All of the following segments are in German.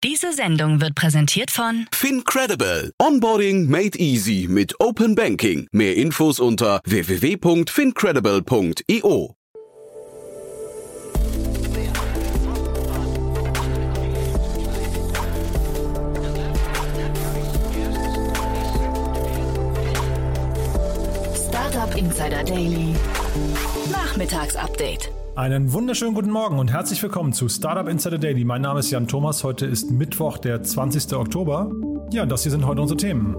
Diese Sendung wird präsentiert von FinCredible. Onboarding made easy mit Open Banking. Mehr Infos unter www.fincredible.io. Startup Insider Daily. Nachmittagsupdate. Einen wunderschönen guten Morgen und herzlich willkommen zu Startup Insider Daily. Mein Name ist Jan Thomas. Heute ist Mittwoch, der 20. Oktober. Ja, das hier sind heute unsere Themen.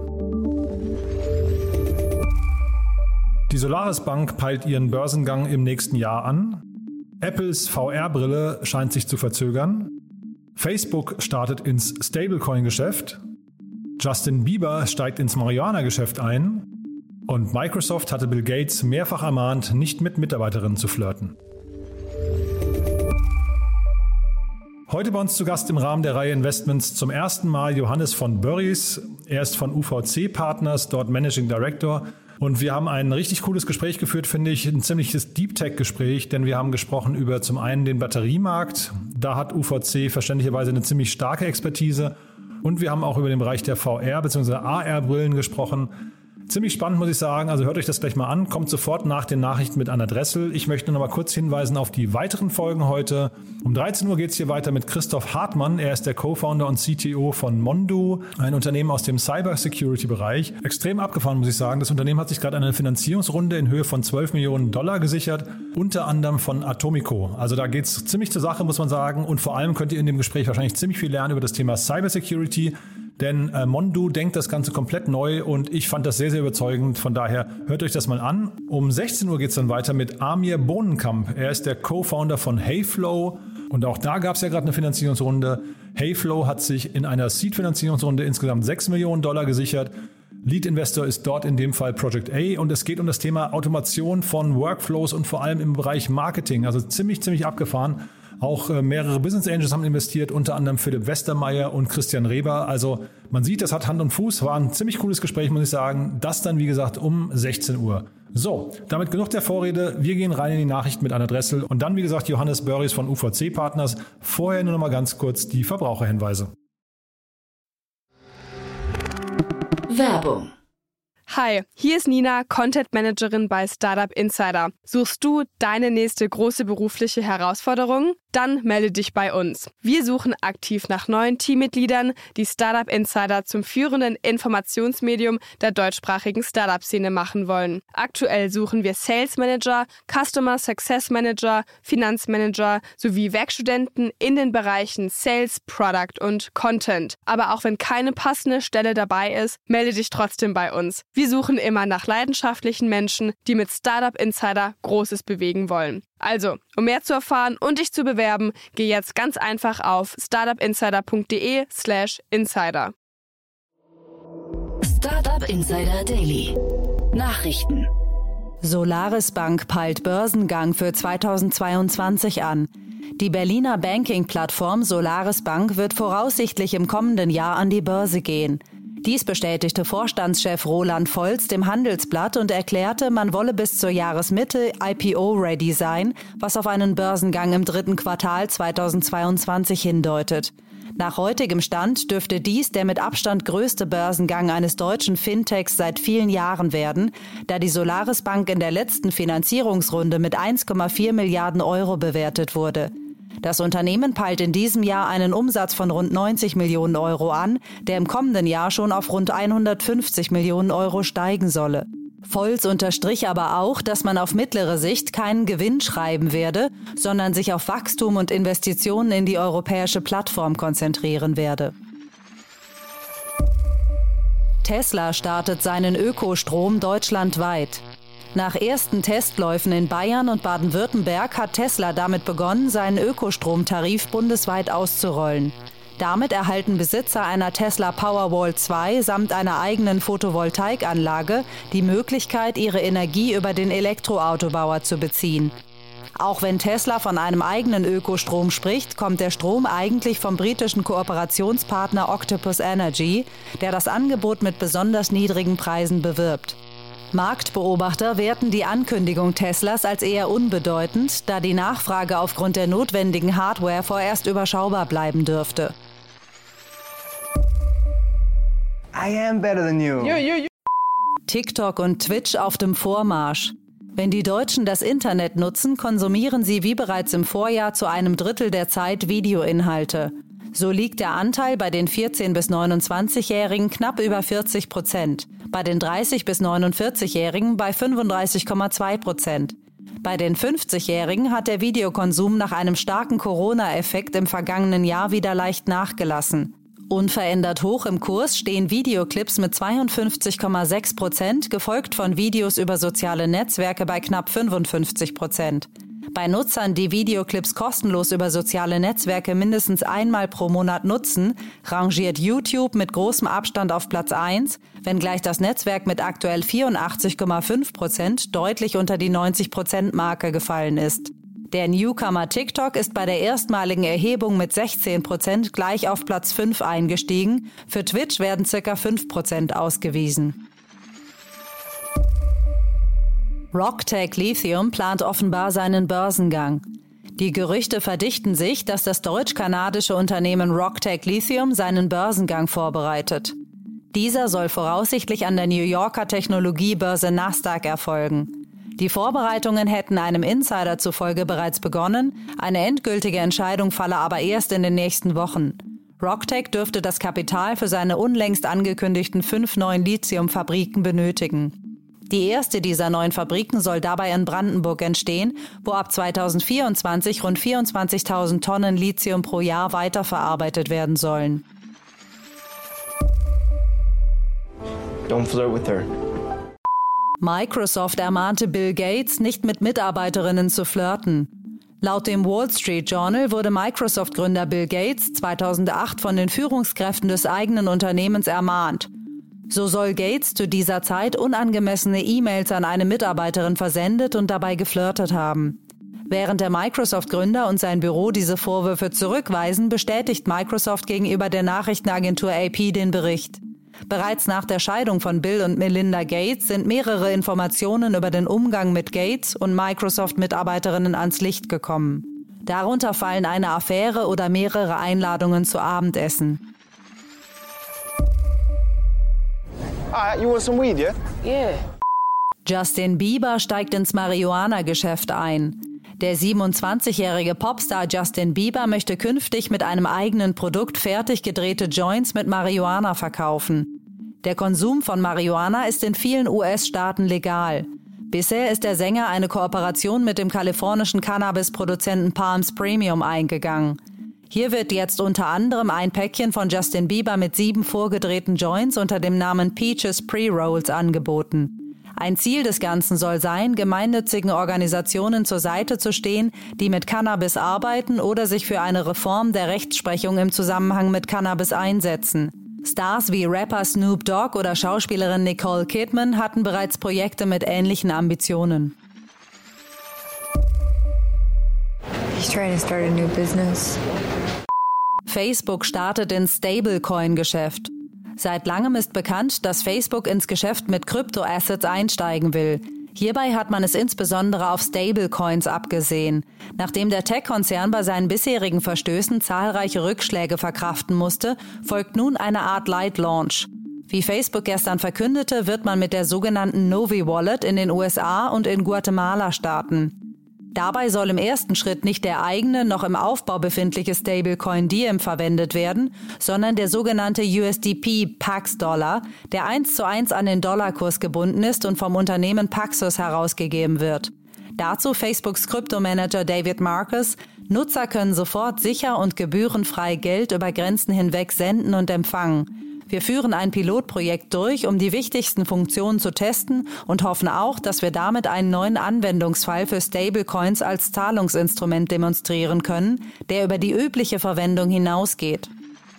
Die Solaris Bank peilt ihren Börsengang im nächsten Jahr an. Apples VR-Brille scheint sich zu verzögern. Facebook startet ins Stablecoin-Geschäft. Justin Bieber steigt ins Marihuana-Geschäft ein. Und Microsoft hatte Bill Gates mehrfach ermahnt, nicht mit Mitarbeiterinnen zu flirten. Heute bei uns zu Gast im Rahmen der Reihe Investments zum ersten Mal Johannes von Börries. Er ist von UVC Partners, dort Managing Director. Und wir haben ein richtig cooles Gespräch geführt, finde ich, ein ziemliches Deep-Tech-Gespräch, denn wir haben gesprochen über zum einen den Batteriemarkt. Da hat UVC verständlicherweise eine ziemlich starke Expertise. Und wir haben auch über den Bereich der VR- bzw. AR-Brillen gesprochen. Ziemlich spannend, muss ich sagen. Also hört euch das gleich mal an. Kommt sofort nach den Nachrichten mit Anna Dressel. Ich möchte noch mal kurz hinweisen auf die weiteren Folgen heute. Um 13 Uhr geht es hier weiter mit Christoph Hartmann. Er ist der Co-Founder und CTO von Mondu, ein Unternehmen aus dem Cyber-Security-Bereich. Extrem abgefahren, muss ich sagen. Das Unternehmen hat sich gerade eine Finanzierungsrunde in Höhe von $12 Millionen gesichert, unter anderem von Atomico. Also da geht es ziemlich zur Sache, muss man sagen. Und vor allem könnt ihr in dem Gespräch wahrscheinlich ziemlich viel lernen über das Thema Cyber-Security. Denn Mondu denkt das Ganze komplett neu und ich fand das sehr, sehr überzeugend. Von daher hört euch das mal an. Um 16 Uhr geht es dann weiter mit Amir Bohnenkamp. Er ist der Co-Founder von Heyflow und auch da gab es ja gerade eine Finanzierungsrunde. Heyflow hat sich in einer Seed-Finanzierungsrunde insgesamt $6 Millionen gesichert. Lead-Investor ist dort in dem Fall Project A und es geht um das Thema Automation von Workflows und vor allem im Bereich Marketing. Also ziemlich abgefahren. Auch mehrere Business Angels haben investiert, unter anderem Philipp Westermeier und Christian Reber. Also man sieht, das hat Hand und Fuß. War ein ziemlich cooles Gespräch, muss ich sagen. Das dann, wie gesagt, um 16 Uhr. So, damit genug der Vorrede. Wir gehen rein in die Nachrichten mit Anna Dressel. Und dann, wie gesagt, Johannes Börries von UVC Partners. Vorher nur noch mal ganz kurz die Verbraucherhinweise. Werbung. Hi, hier ist Nina, Content Managerin bei Startup Insider. Suchst du deine nächste große berufliche Herausforderung? Dann melde dich bei uns. Wir suchen aktiv nach neuen Teammitgliedern, die Startup Insider zum führenden Informationsmedium der deutschsprachigen Startup-Szene machen wollen. Aktuell suchen wir Sales Manager, Customer Success Manager, Finanzmanager sowie Werkstudenten in den Bereichen Sales, Product und Content. Aber auch wenn keine passende Stelle dabei ist, melde dich trotzdem bei uns. Wir suchen immer nach leidenschaftlichen Menschen, die mit Startup Insider Großes bewegen wollen. Also, um mehr zu erfahren und dich zu bewerben, geh jetzt ganz einfach auf startupinsider.de/insider. Startup Insider Daily. Nachrichten. Solaris Bank peilt Börsengang für 2022 an. Die Berliner Banking-Plattform Solaris Bank wird voraussichtlich im kommenden Jahr an die Börse gehen. Dies bestätigte Vorstandschef Roland Volz dem Handelsblatt und erklärte, man wolle bis zur Jahresmitte IPO-ready sein, was auf einen Börsengang im 3. Quartal 2022 hindeutet. Nach heutigem Stand dürfte dies der mit Abstand größte Börsengang eines deutschen Fintechs seit vielen Jahren werden, da die Solaris Bank in der letzten Finanzierungsrunde mit 1,4 Milliarden Euro bewertet wurde. Das Unternehmen peilt in diesem Jahr einen Umsatz von rund 90 Millionen Euro an, der im kommenden Jahr schon auf rund 150 Millionen Euro steigen solle. Volz unterstrich aber auch, dass man auf mittlere Sicht keinen Gewinn schreiben werde, sondern sich auf Wachstum und Investitionen in die europäische Plattform konzentrieren werde. Tesla startet seinen Ökostrom deutschlandweit. Nach ersten Testläufen in Bayern und Baden-Württemberg hat Tesla damit begonnen, seinen Ökostromtarif bundesweit auszurollen. Damit erhalten Besitzer einer Tesla Powerwall 2 samt einer eigenen Photovoltaikanlage die Möglichkeit, ihre Energie über den Elektroautobauer zu beziehen. Auch wenn Tesla von einem eigenen Ökostrom spricht, kommt der Strom eigentlich vom britischen Kooperationspartner Octopus Energy, der das Angebot mit besonders niedrigen Preisen bewirbt. Marktbeobachter werten die Ankündigung Teslas als eher unbedeutend, da die Nachfrage aufgrund der notwendigen Hardware vorerst überschaubar bleiben dürfte. I am better than you. TikTok und Twitch auf dem Vormarsch. Wenn die Deutschen das Internet nutzen, konsumieren sie wie bereits im Vorjahr zu einem Drittel der Zeit Videoinhalte. So liegt der Anteil bei den 14- bis 29-Jährigen knapp über 40%, bei den 30- bis 49-Jährigen bei 35,2%. Bei den 50-Jährigen hat der Videokonsum nach einem starken Corona-Effekt im vergangenen Jahr wieder leicht nachgelassen. Unverändert hoch im Kurs stehen Videoclips mit 52,6%, gefolgt von Videos über soziale Netzwerke bei knapp 55%. Bei Nutzern, die Videoclips kostenlos über soziale Netzwerke mindestens einmal pro Monat nutzen, rangiert YouTube mit großem Abstand auf Platz 1, wenngleich das Netzwerk mit aktuell 84,5% deutlich unter die 90%-Marke gefallen ist. Der Newcomer TikTok ist bei der erstmaligen Erhebung mit 16% gleich auf Platz 5 eingestiegen. Für Twitch werden ca. 5% ausgewiesen. Rocktech Lithium plant offenbar seinen Börsengang. Die Gerüchte verdichten sich, dass das deutsch-kanadische Unternehmen Rocktech Lithium seinen Börsengang vorbereitet. Dieser soll voraussichtlich an der New Yorker Technologiebörse Nasdaq erfolgen. Die Vorbereitungen hätten einem Insider zufolge bereits begonnen, eine endgültige Entscheidung falle aber erst in den nächsten Wochen. Rocktech dürfte das Kapital für seine unlängst angekündigten 5 neuen Lithiumfabriken benötigen. Die erste dieser neuen Fabriken soll dabei in Brandenburg entstehen, wo ab 2024 rund 24.000 Tonnen Lithium pro Jahr weiterverarbeitet werden sollen. Don't flirt with her. Microsoft ermahnte Bill Gates, nicht mit Mitarbeiterinnen zu flirten. Laut dem Wall Street Journal wurde Microsoft-Gründer Bill Gates 2008 von den Führungskräften des eigenen Unternehmens ermahnt. So soll Gates zu dieser Zeit unangemessene E-Mails an eine Mitarbeiterin versendet und dabei geflirtet haben. Während der Microsoft-Gründer und sein Büro diese Vorwürfe zurückweisen, bestätigt Microsoft gegenüber der Nachrichtenagentur AP den Bericht. Bereits nach der Scheidung von Bill und Melinda Gates sind mehrere Informationen über den Umgang mit Gates und Microsoft-Mitarbeiterinnen ans Licht gekommen. Darunter fallen eine Affäre oder mehrere Einladungen zu Abendessen. You want some weed, yeah? Yeah. Justin Bieber steigt ins Marihuana-Geschäft ein. Der 27-jährige Popstar Justin Bieber möchte künftig mit einem eigenen Produkt fertig gedrehte Joints mit Marihuana verkaufen. Der Konsum von Marihuana ist in vielen US-Staaten legal. Bisher ist der Sänger eine Kooperation mit dem kalifornischen Cannabis-Produzenten Palms Premium eingegangen. Hier wird jetzt unter anderem ein Päckchen von Justin Bieber mit 7 vorgedrehten Joints unter dem Namen Peaches Pre-Rolls angeboten. Ein Ziel des Ganzen soll sein, gemeinnützigen Organisationen zur Seite zu stehen, die mit Cannabis arbeiten oder sich für eine Reform der Rechtsprechung im Zusammenhang mit Cannabis einsetzen. Stars wie Rapper Snoop Dogg oder Schauspielerin Nicole Kidman hatten bereits Projekte mit ähnlichen Ambitionen. He's trying to start a new business. Facebook startet ins Stablecoin-Geschäft. Seit langem ist bekannt, dass Facebook ins Geschäft mit Kryptoassets einsteigen will. Hierbei hat man es insbesondere auf Stablecoins abgesehen. Nachdem der Tech-Konzern bei seinen bisherigen Verstößen zahlreiche Rückschläge verkraften musste, folgt nun eine Art Light-Launch. Wie Facebook gestern verkündete, wird man mit der sogenannten Novi Wallet in den USA und in Guatemala starten. Dabei soll im ersten Schritt nicht der eigene, noch im Aufbau befindliche Stablecoin Diem verwendet werden, sondern der sogenannte USDP Pax-Dollar, der 1:1 an den Dollarkurs gebunden ist und vom Unternehmen Paxos herausgegeben wird. Dazu Facebooks Kryptomanager David Marcus: Nutzer können sofort sicher und gebührenfrei Geld über Grenzen hinweg senden und empfangen. Wir führen ein Pilotprojekt durch, um die wichtigsten Funktionen zu testen und hoffen auch, dass wir damit einen neuen Anwendungsfall für Stablecoins als Zahlungsinstrument demonstrieren können, der über die übliche Verwendung hinausgeht.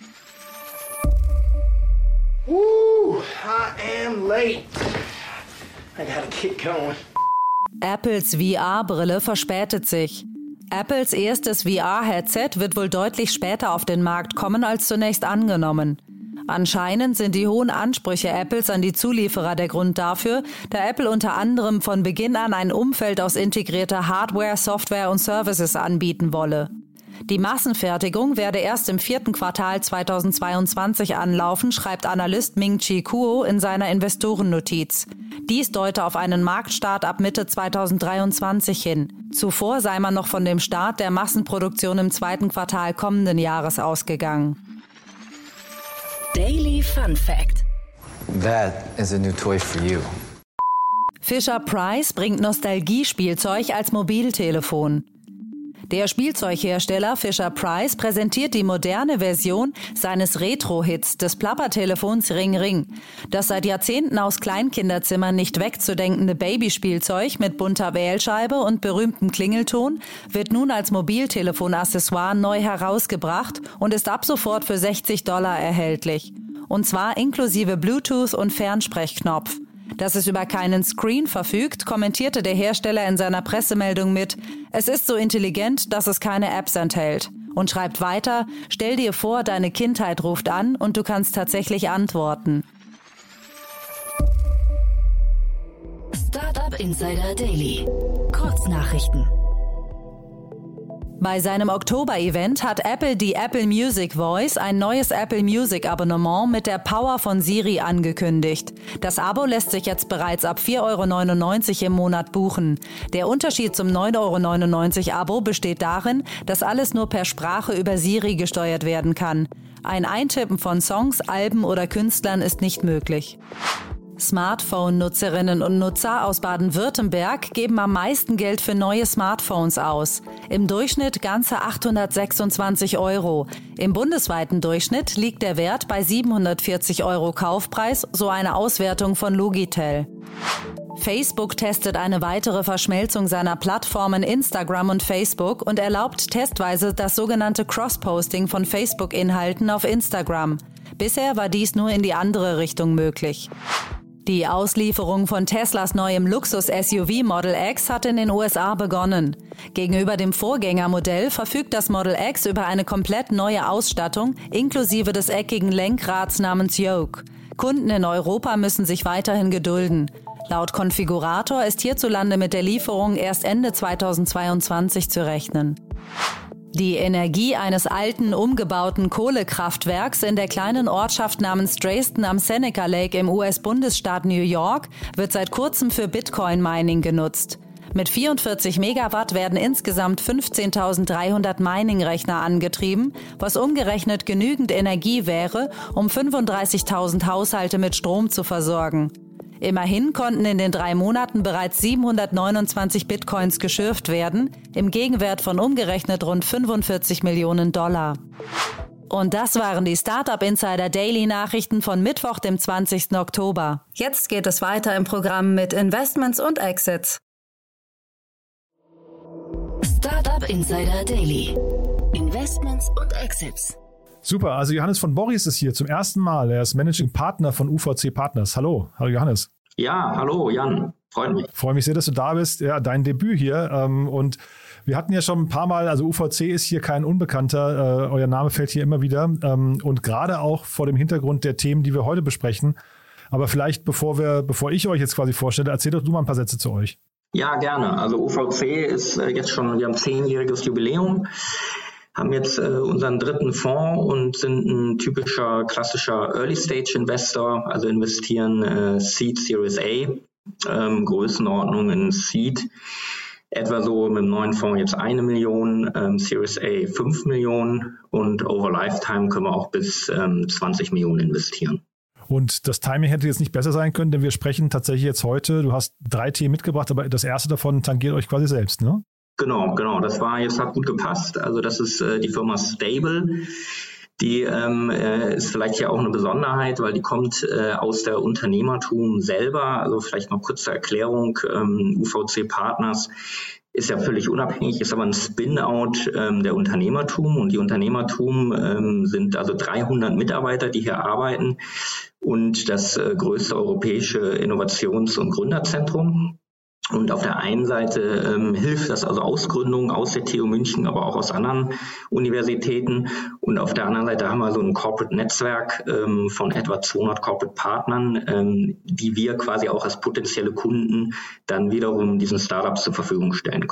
I am late. I gotta get going. Apples VR-Brille verspätet sich. Apples erstes VR-Headset wird wohl deutlich später auf den Markt kommen als zunächst angenommen. Anscheinend sind die hohen Ansprüche Apples an die Zulieferer der Grund dafür, da Apple unter anderem von Beginn an ein Umfeld aus integrierter Hardware, Software und Services anbieten wolle. Die Massenfertigung werde erst im 4. Quartal 2022 anlaufen, schreibt Analyst Ming-Chi Kuo in seiner Investorennotiz. Dies deute auf einen Marktstart ab Mitte 2023 hin. Zuvor sei man noch von dem Start der Massenproduktion im 2. Quartal kommenden Jahres ausgegangen. Daily Fun Fact: That is a new toy for you. Fisher-Price bringt Nostalgiespielzeug als Mobiltelefon. Der Spielzeughersteller Fisher-Price präsentiert die moderne Version seines Retro-Hits des Plappertelefons Ring Ring. Das seit Jahrzehnten aus Kleinkinderzimmern nicht wegzudenkende Babyspielzeug mit bunter Wählscheibe und berühmtem Klingelton wird nun als Mobiltelefon-Accessoire neu herausgebracht und ist ab sofort für $60 erhältlich. Und zwar inklusive Bluetooth und Fernsprechknopf. Dass es über keinen Screen verfügt, kommentierte der Hersteller in seiner Pressemeldung mit: Es ist so intelligent, dass es keine Apps enthält. Und schreibt weiter: Stell dir vor, deine Kindheit ruft an und du kannst tatsächlich antworten. Startup Insider Daily. Kurznachrichten. Bei seinem Oktober-Event hat Apple die Apple Music Voice, ein neues Apple Music-Abonnement mit der Power von Siri, angekündigt. Das Abo lässt sich jetzt bereits ab 4,99 € im Monat buchen. Der Unterschied zum 9,99 € Abo besteht darin, dass alles nur per Sprache über Siri gesteuert werden kann. Ein Eintippen von Songs, Alben oder Künstlern ist nicht möglich. Smartphone-Nutzerinnen und Nutzer aus Baden-Württemberg geben am meisten Geld für neue Smartphones aus. Im Durchschnitt ganze 826 €. Im bundesweiten Durchschnitt liegt der Wert bei 740 € Kaufpreis, so eine Auswertung von Logitel. Facebook testet eine weitere Verschmelzung seiner Plattformen Instagram und Facebook und erlaubt testweise das sogenannte Cross-Posting von Facebook-Inhalten auf Instagram. Bisher war dies nur in die andere Richtung möglich. Die Auslieferung von Teslas neuem Luxus-SUV Model X hat in den USA begonnen. Gegenüber dem Vorgängermodell verfügt das Model X über eine komplett neue Ausstattung, inklusive des eckigen Lenkrads namens Yoke. Kunden in Europa müssen sich weiterhin gedulden. Laut Konfigurator ist hierzulande mit der Lieferung erst Ende 2022 zu rechnen. Die Energie eines alten, umgebauten Kohlekraftwerks in der kleinen Ortschaft namens Dresden am Seneca Lake im US-Bundesstaat New York wird seit kurzem für Bitcoin-Mining genutzt. Mit 44 Megawatt werden insgesamt 15.300 Mining-Rechner angetrieben, was umgerechnet genügend Energie wäre, um 35.000 Haushalte mit Strom zu versorgen. Immerhin konnten in den 3 Monaten bereits 729 Bitcoins geschürft werden, im Gegenwert von umgerechnet rund $45 Millionen. Und das waren die Startup Insider Daily Nachrichten von Mittwoch, dem 20. Oktober. Jetzt geht es weiter im Programm mit Investments und Exits. Startup Insider Daily. Investments und Exits. Super, also Johannes von Borries ist hier zum ersten Mal. Er ist Managing Partner von UVC Partners. Hallo Johannes. Ja, hallo Jan, freut mich. Freue mich sehr, dass du da bist. Ja, dein Debüt hier. Und wir hatten ja schon ein paar Mal, also UVC ist hier kein Unbekannter. Euer Name fällt hier immer wieder. Und gerade auch vor dem Hintergrund der Themen, die wir heute besprechen. Aber vielleicht, bevor ich euch jetzt quasi vorstelle, erzähl doch du mal ein paar Sätze zu euch. Ja, gerne. Also UVC ist jetzt schon, wir haben 10-jähriges Jubiläum. Haben jetzt unseren 3. Fonds und sind ein typischer, klassischer Early-Stage-Investor, also investieren Seed, Series A, Größenordnung in Seed, etwa so mit dem neuen Fonds jetzt 1 Million, Series A 5 Millionen und over Lifetime können wir auch bis 20 Millionen investieren. Und das Timing hätte jetzt nicht besser sein können, denn wir sprechen tatsächlich jetzt heute, du hast 3 Themen mitgebracht, aber das erste davon tangiert euch quasi selbst, ne? Genau. Das hat gut gepasst. Also das ist die Firma Stable. Die ist vielleicht hier auch eine Besonderheit, weil die kommt aus der Unternehmertum selber. Also vielleicht noch kurze Erklärung. UVC Partners ist ja völlig unabhängig, ist aber ein Spin-out der Unternehmertum. Und die Unternehmertum sind also 300 Mitarbeiter, die hier arbeiten und das größte europäische Innovations- und Gründerzentrum. Und auf der einen Seite hilft das also Ausgründungen aus der TU München, aber auch aus anderen Universitäten. Und auf der anderen Seite haben wir so ein Corporate-Netzwerk von etwa 200 Corporate-Partnern, die wir quasi auch als potenzielle Kunden dann wiederum diesen Startups zur Verfügung stellen können.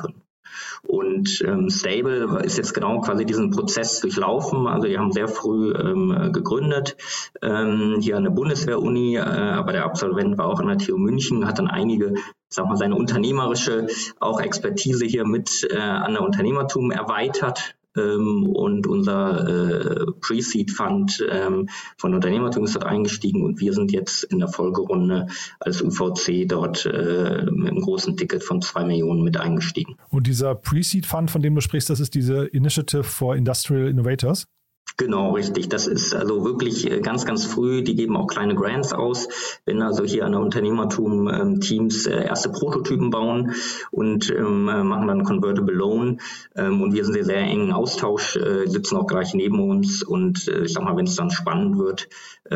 Und Stable ist jetzt genau quasi diesen Prozess durchlaufen. Also die haben sehr früh gegründet, hier an der Bundeswehr-Uni, aber der Absolvent war auch an der TU München, hat dann einige, seine unternehmerische auch Expertise hier mit an der Unternehmertum erweitert. Und unser Pre-Seed-Fund von Unternehmertum ist dort eingestiegen und wir sind jetzt in der Folgerunde als UVC dort mit einem großen Ticket von 2 Millionen mit eingestiegen. Und dieser Pre-Seed-Fund, von dem du sprichst, das ist diese Initiative for Industrial Innovators? Genau, richtig. Das ist also wirklich ganz, ganz früh. Die geben auch kleine Grants aus, wenn also hier an der Unternehmertum Teams erste Prototypen bauen und machen dann Convertible Loan. Und wir sind sehr engen Austausch, sitzen auch gleich neben uns. Und ich sag mal, wenn es dann spannend wird,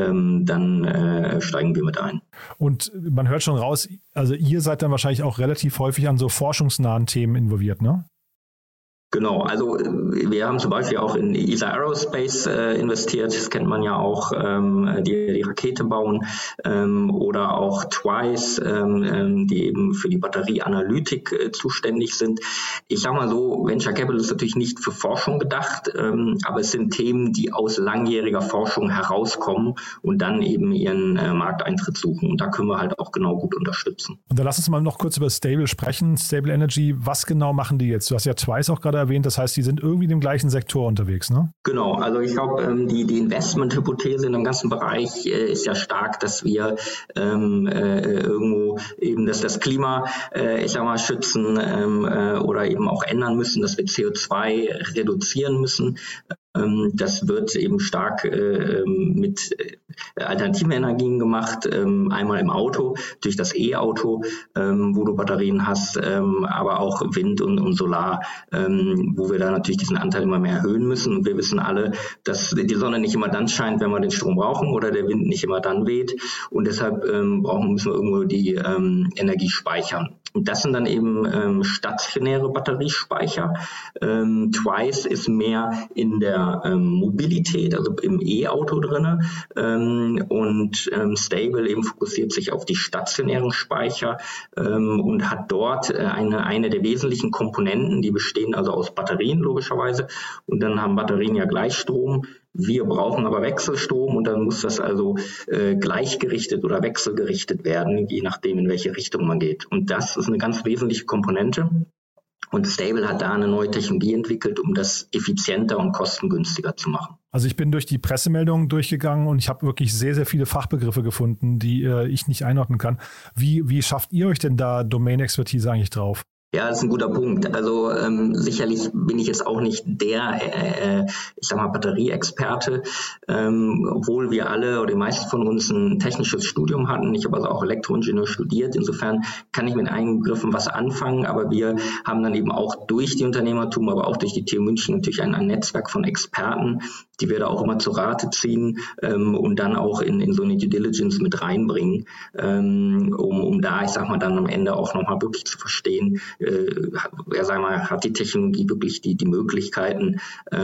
dann steigen wir mit ein. Und man hört schon raus, also ihr seid dann wahrscheinlich auch relativ häufig an so forschungsnahen Themen involviert, ne? Genau, also wir haben zum Beispiel auch in ESA Aerospace investiert, das kennt man ja auch, die Rakete bauen, oder auch Twice, die eben für die Batterieanalytik zuständig sind. Ich sag mal so, Venture Capital ist natürlich nicht für Forschung gedacht, aber es sind Themen, die aus langjähriger Forschung herauskommen und dann eben ihren Markteintritt suchen. Und da können wir halt auch genau gut unterstützen. Und dann lass uns mal noch kurz über Stable sprechen. Stable Energy, was genau machen die jetzt? Du hast ja Twice auch gerade erwähnt, das heißt, die sind irgendwie in dem gleichen Sektor unterwegs, ne? Genau, also ich glaube, die Investment-Hypothese in dem ganzen Bereich ist ja stark, dass wir irgendwo eben das Klima, ich sag mal, schützen oder eben auch ändern müssen, dass wir CO2 reduzieren müssen. Das wird eben stark mit alternativen Energien gemacht, einmal im Auto, durch das E-Auto, wo du Batterien hast, aber auch Wind und Solar, wo wir da natürlich diesen Anteil immer mehr erhöhen müssen. Und wir wissen alle, dass die Sonne nicht immer dann scheint, wenn wir den Strom brauchen oder der Wind nicht immer dann weht. Und deshalb müssen wir irgendwo die Energie speichern. Und das sind dann eben stationäre Batteriespeicher. Twice ist mehr in der Mobilität, also im E-Auto drin. Und Stable eben fokussiert sich auf die stationären Speicher und hat dort eine der wesentlichen Komponenten, die bestehen also aus Batterien logischerweise. Und dann haben Batterien ja Gleichstrom. Wir brauchen aber Wechselstrom und dann muss das also gleichgerichtet oder wechselgerichtet werden, je nachdem, in welche Richtung man geht. Und das ist eine ganz wesentliche Komponente. Und Stable hat da eine neue Technologie entwickelt, um das effizienter und kostengünstiger zu machen. Also ich bin durch die Pressemeldungen durchgegangen und ich habe wirklich sehr, sehr viele Fachbegriffe gefunden, die ich nicht einordnen kann. Wie schafft ihr euch denn da Domain-Expertise eigentlich drauf? Ja, das ist ein guter Punkt. Also sicherlich bin ich jetzt auch nicht der, Batterieexperte, obwohl wir alle oder die meisten von uns ein technisches Studium hatten. Ich habe also auch Elektroingenieur studiert. Insofern kann ich mit einigen Begriffen was anfangen, aber wir haben dann eben auch durch die Unternehmertum, aber auch durch die TU München natürlich ein Netzwerk von Experten, die wir da auch immer zu Rate ziehen und dann auch in so eine Due Diligence mit reinbringen, um da, dann am Ende auch nochmal wirklich zu verstehen, hat die Technologie wirklich die Möglichkeiten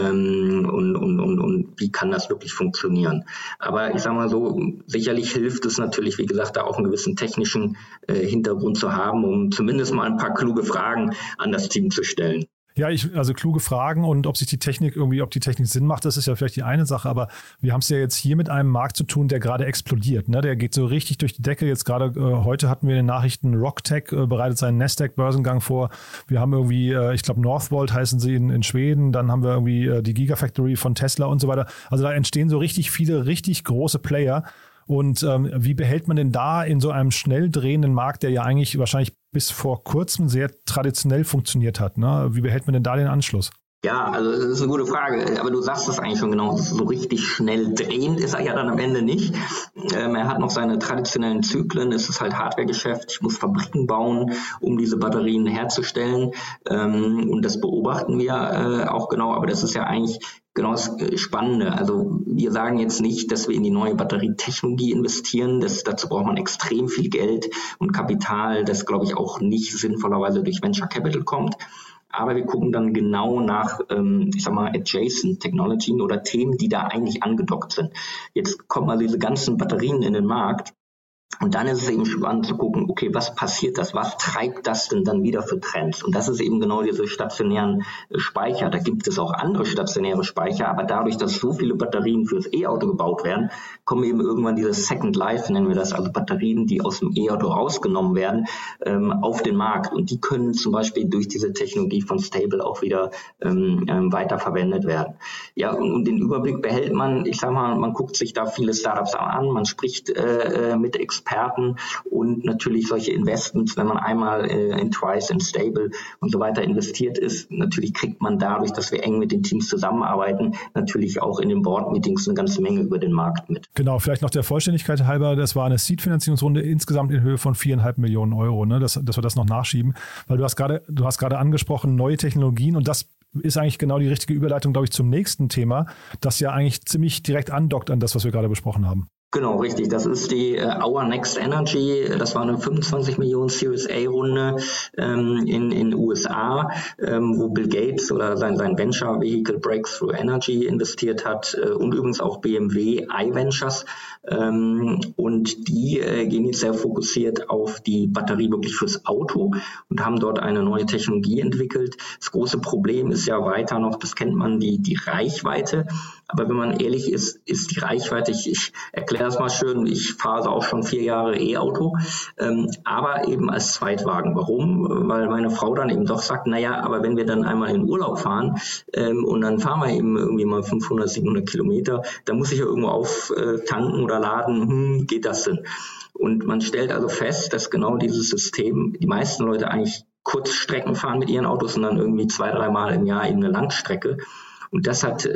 und wie kann das wirklich funktionieren. Aber ich sage mal so, sicherlich hilft es natürlich, wie gesagt, da auch einen gewissen technischen Hintergrund zu haben, um zumindest mal ein paar kluge Fragen an das Team zu stellen. Ja, also kluge Fragen und ob die Technik Sinn macht, das ist ja vielleicht die eine Sache, aber wir haben es ja jetzt hier mit einem Markt zu tun, der gerade explodiert, ne? Der geht so richtig durch die Decke. Jetzt gerade heute hatten wir in den Nachrichten, Rocktech bereitet seinen Nasdaq-Börsengang vor. Wir haben irgendwie, ich glaube Northvolt heißen sie in Schweden, dann haben wir irgendwie die Gigafactory von Tesla und so weiter. Also da entstehen so richtig viele, richtig große Player. Und wie behält man denn da in so einem schnell drehenden Markt, der ja eigentlich wahrscheinlich bis vor kurzem sehr traditionell funktioniert hat, ne? Wie behält man denn da den Anschluss? Ja, also das ist eine gute Frage, aber du sagst es eigentlich schon genau, so richtig schnell drehend ist er ja dann am Ende nicht. Er hat noch seine traditionellen Zyklen, es ist halt Hardwaregeschäft, ich muss Fabriken bauen, um diese Batterien herzustellen und das beobachten wir auch genau, aber das ist ja eigentlich genau das Spannende. Also wir sagen jetzt nicht, dass wir in die neue Batterietechnologie investieren. Dazu braucht man extrem viel Geld und Kapital, das glaube ich auch nicht sinnvollerweise durch Venture Capital kommt. Aber wir gucken dann genau nach, Adjacent Technologien oder Themen, die da eigentlich angedockt sind. Jetzt kommen also diese ganzen Batterien in den Markt. Und dann ist es eben spannend zu gucken, okay, was passiert das? Was treibt das denn dann wieder für Trends? Und das ist eben genau diese stationären Speicher. Da gibt es auch andere stationäre Speicher, aber dadurch, dass so viele Batterien fürs E-Auto gebaut werden, kommen eben irgendwann diese Second Life, nennen wir das, also Batterien, die aus dem E-Auto rausgenommen werden, auf den Markt. Und die können zum Beispiel durch diese Technologie von Stable auch wieder weiterverwendet werden. Ja, und den Überblick behält man, ich sag mal, man guckt sich da viele Startups an, man spricht mit Experten und natürlich solche Investments, wenn man einmal in Twice, in Stable und so weiter investiert ist, natürlich kriegt man dadurch, dass wir eng mit den Teams zusammenarbeiten, natürlich auch in den Board-Meetings eine ganze Menge über den Markt mit. Genau, vielleicht noch der Vollständigkeit halber, das war eine Seed-Finanzierungsrunde insgesamt in Höhe von 4,5 Millionen Euro, ne? Dass wir das noch nachschieben, weil du hast gerade angesprochen, neue Technologien, und das ist eigentlich genau die richtige Überleitung, glaube ich, zum nächsten Thema, das ja eigentlich ziemlich direkt andockt an das, was wir gerade besprochen haben. Genau, richtig. Das ist die Our Next Energy. Das war eine 25 Millionen Series A-Runde in USA, wo Bill Gates oder sein Venture Vehicle Breakthrough Energy investiert hat und übrigens auch BMW iVentures. Und die gehen jetzt sehr fokussiert auf die Batterie wirklich fürs Auto und haben dort eine neue Technologie entwickelt. Das große Problem ist ja weiter noch, das kennt man, die Reichweite. Aber wenn man ehrlich ist, ist die Reichweite, ich erkläre das mal schön, ich fahre also auch schon 4 Jahre E-Auto, aber eben als Zweitwagen. Warum? Weil meine Frau dann eben doch sagt, naja, aber wenn wir dann einmal in Urlaub fahren und dann fahren wir eben irgendwie mal 500, 700 Kilometer, dann muss ich ja irgendwo auftanken oder laden, geht das denn? Und man stellt also fest, dass genau dieses System, die meisten Leute eigentlich Kurzstrecken fahren mit ihren Autos und dann irgendwie 2-3 Mal im Jahr eben eine Langstrecke. Und das hat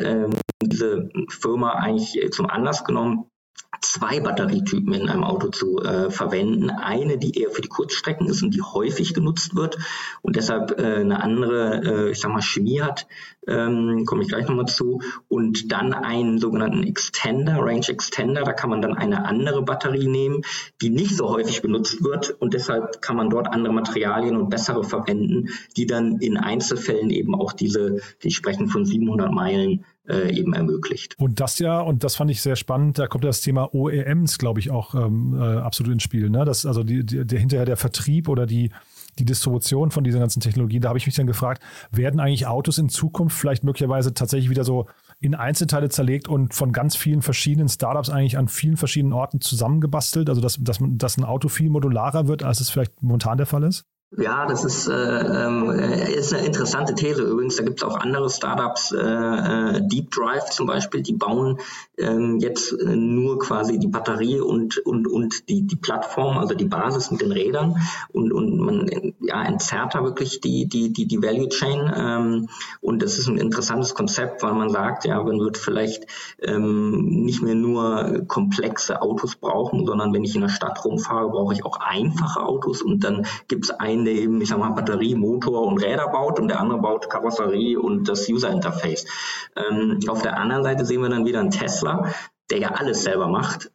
diese Firma eigentlich zum Anlass genommen, 2 Batterietypen in einem Auto zu verwenden. Eine, die eher für die Kurzstrecken ist und die häufig genutzt wird und deshalb eine andere, Chemie hat, komme ich gleich nochmal zu. Und dann einen sogenannten Extender, Range Extender, da kann man dann eine andere Batterie nehmen, die nicht so häufig benutzt wird und deshalb kann man dort andere Materialien und bessere verwenden, die dann in Einzelfällen eben auch die sprechen von 700 Meilen eben ermöglicht. Und das fand ich sehr spannend, da kommt das Thema OEMs, glaube ich, auch absolut ins Spiel. Ne? Das, also hinterher der Vertrieb oder die Distribution von dieser ganzen Technologie, da habe ich mich dann gefragt, werden eigentlich Autos in Zukunft vielleicht möglicherweise tatsächlich wieder so in Einzelteile zerlegt und von ganz vielen verschiedenen Startups eigentlich an vielen verschiedenen Orten zusammengebastelt, also dass ein Auto viel modularer wird, als es vielleicht momentan der Fall ist? Ja, das ist eine interessante These übrigens. Da gibt es auch andere Startups, Deep Drive zum Beispiel, die bauen jetzt nur quasi die Batterie und die Plattform, also die Basis mit den Rädern und man entzerrt da wirklich die Value Chain. Und das ist ein interessantes Konzept, weil man sagt, ja, man wird vielleicht nicht mehr nur komplexe Autos brauchen, sondern wenn ich in der Stadt rumfahre, brauche ich auch einfache Autos und dann gibt es einen, der eben, Batterie, Motor und Räder baut und der andere baut Karosserie und das User-Interface. Auf der anderen Seite sehen wir dann wieder einen Tesla, der ja alles selber macht,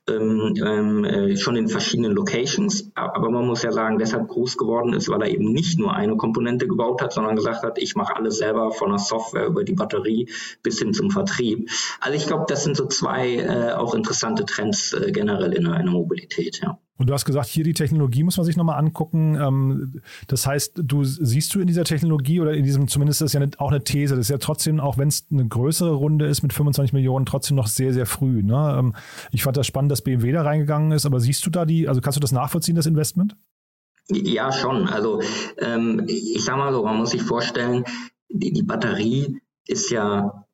schon in verschiedenen Locations, aber man muss ja sagen, deshalb groß geworden ist, weil er eben nicht nur eine Komponente gebaut hat, sondern gesagt hat, ich mache alles selber von der Software über die Batterie bis hin zum Vertrieb. Also ich glaube, das sind so 2 auch interessante Trends generell in der Mobilität, ja. Und du hast gesagt, hier die Technologie muss man sich nochmal angucken. Das heißt, siehst du in dieser Technologie oder in diesem, zumindest ist ja auch eine These, das ist ja trotzdem, auch wenn es eine größere Runde ist mit 25 Millionen, trotzdem noch sehr, sehr früh. Ne? Ich fand das spannend, dass BMW da reingegangen ist, aber siehst du da also kannst du das nachvollziehen, das Investment? Ja, schon. Also ich sag mal so, man muss sich vorstellen, die Batterie ist ja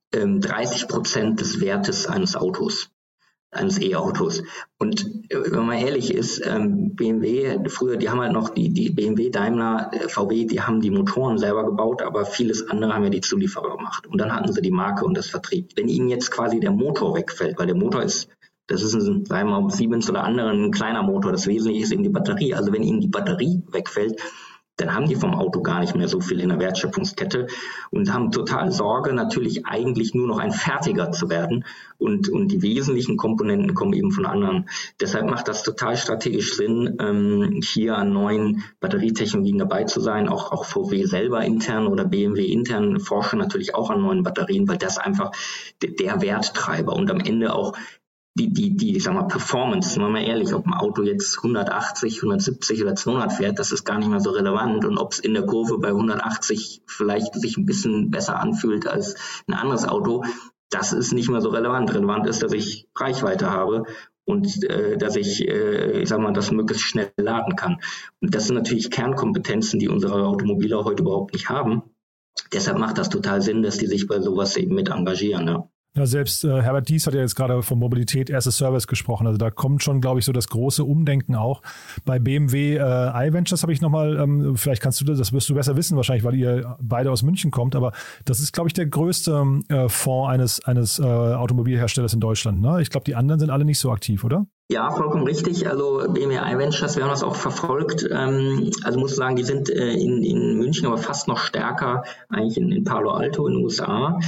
30% des Wertes eines Autos. Eines E-Autos. Und wenn man ehrlich ist, BMW, früher, die haben halt noch die BMW, Daimler, VW, die haben die Motoren selber gebaut, aber vieles andere haben ja die Zulieferer gemacht. Und dann hatten sie die Marke und das Vertrieb. Wenn ihnen jetzt quasi der Motor wegfällt, weil der Motor das ist ein, sagen wir mal, Siemens oder anderen, ein kleiner Motor, das Wesentliche ist eben die Batterie. Also wenn ihnen die Batterie wegfällt, dann haben die vom Auto gar nicht mehr so viel in der Wertschöpfungskette und haben total Sorge, natürlich eigentlich nur noch ein Fertiger zu werden und die wesentlichen Komponenten kommen eben von anderen. Deshalb macht das total strategisch Sinn, hier an neuen Batterietechnologien dabei zu sein. Auch VW selber intern oder BMW intern forschen natürlich auch an neuen Batterien, weil das einfach der Werttreiber und am Ende auch ich sag mal, Performance, sind wir mal ehrlich, ob ein Auto jetzt 180, 170 oder 200 fährt, das ist gar nicht mehr so relevant. Und ob es in der Kurve bei 180 vielleicht sich ein bisschen besser anfühlt als ein anderes Auto, das ist nicht mehr so relevant. Relevant ist, dass ich Reichweite habe und dass ich sag mal, das möglichst schnell laden kann. Und das sind natürlich Kernkompetenzen, die unsere Automobiler heute überhaupt nicht haben. Deshalb macht das total Sinn, dass die sich bei sowas eben mit engagieren. Ja. Ja, selbst Herbert Diess hat ja jetzt gerade von Mobilität as a Service gesprochen. Also da kommt schon, glaube ich, so das große Umdenken auch. Bei BMW iVentures habe ich nochmal, vielleicht kannst du das wirst du besser wissen wahrscheinlich, weil ihr beide aus München kommt, aber das ist, glaube ich, der größte Fonds eines Automobilherstellers in Deutschland. Ne? Ich glaube, die anderen sind alle nicht so aktiv, oder? Ja, vollkommen richtig. Also BMW iVentures, wir haben das auch verfolgt. Also muss sagen, die sind in München aber fast noch stärker eigentlich in Palo Alto in den USA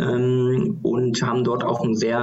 und haben dort auch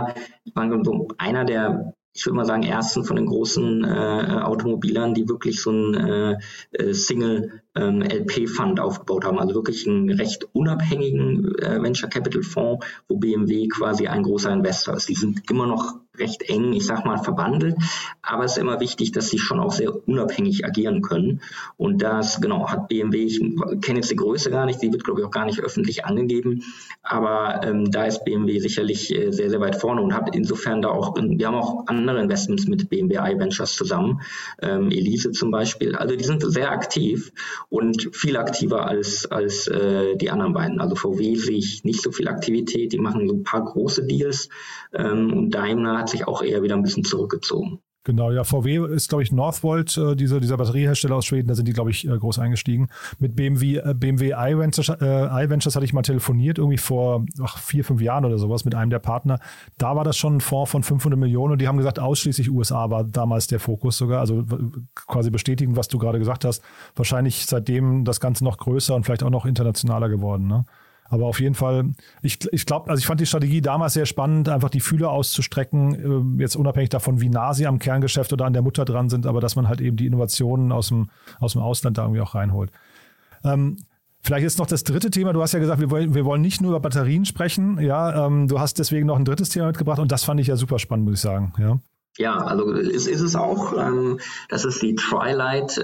einer der, ich würde mal sagen, ersten von den großen Automobilern, die wirklich so ein Single LP-Fund aufgebaut haben, also wirklich einen recht unabhängigen Venture Capital Fonds, wo BMW quasi ein großer Investor ist. Die sind immer noch recht eng, ich sag mal, verbandelt, aber es ist immer wichtig, dass sie schon auch sehr unabhängig agieren können. Und das, genau, hat BMW, ich kenne jetzt die Größe gar nicht, die wird, glaube ich, auch gar nicht öffentlich angegeben, aber da ist BMW sicherlich sehr, sehr weit vorne und hat insofern da auch, wir haben auch andere Investments mit BMW iVentures zusammen, Elise zum Beispiel, also die sind sehr aktiv und viel aktiver als die anderen beiden. Also VW sehe ich nicht so viel Aktivität, die machen so ein paar große Deals und Daimler hat sich auch eher wieder ein bisschen zurückgezogen. Genau, ja, VW ist, glaube ich, Northvolt, dieser Batteriehersteller aus Schweden, da sind die, glaube ich, groß eingestiegen. Mit BMW iVentures hatte ich mal telefoniert, irgendwie vor 4-5 Jahren oder sowas mit einem der Partner. Da war das schon ein Fonds von 500 Millionen und die haben gesagt, ausschließlich USA war damals der Fokus sogar, also quasi bestätigen, was du gerade gesagt hast. Wahrscheinlich seitdem das Ganze noch größer und vielleicht auch noch internationaler geworden, ne? Aber auf jeden Fall, ich glaube, also ich fand die Strategie damals sehr spannend, einfach die Fühler auszustrecken, jetzt unabhängig davon, wie nah sie am Kerngeschäft oder an der Mutter dran sind, aber dass man halt eben die Innovationen aus dem Ausland da irgendwie auch reinholt. Vielleicht ist noch das dritte Thema. Du hast ja gesagt, wir wollen nicht nur über Batterien sprechen. Ja, du hast deswegen noch ein drittes Thema mitgebracht und das fand ich ja super spannend, muss ich sagen. Ja. Ja, also ist es auch. Das ist die Trilight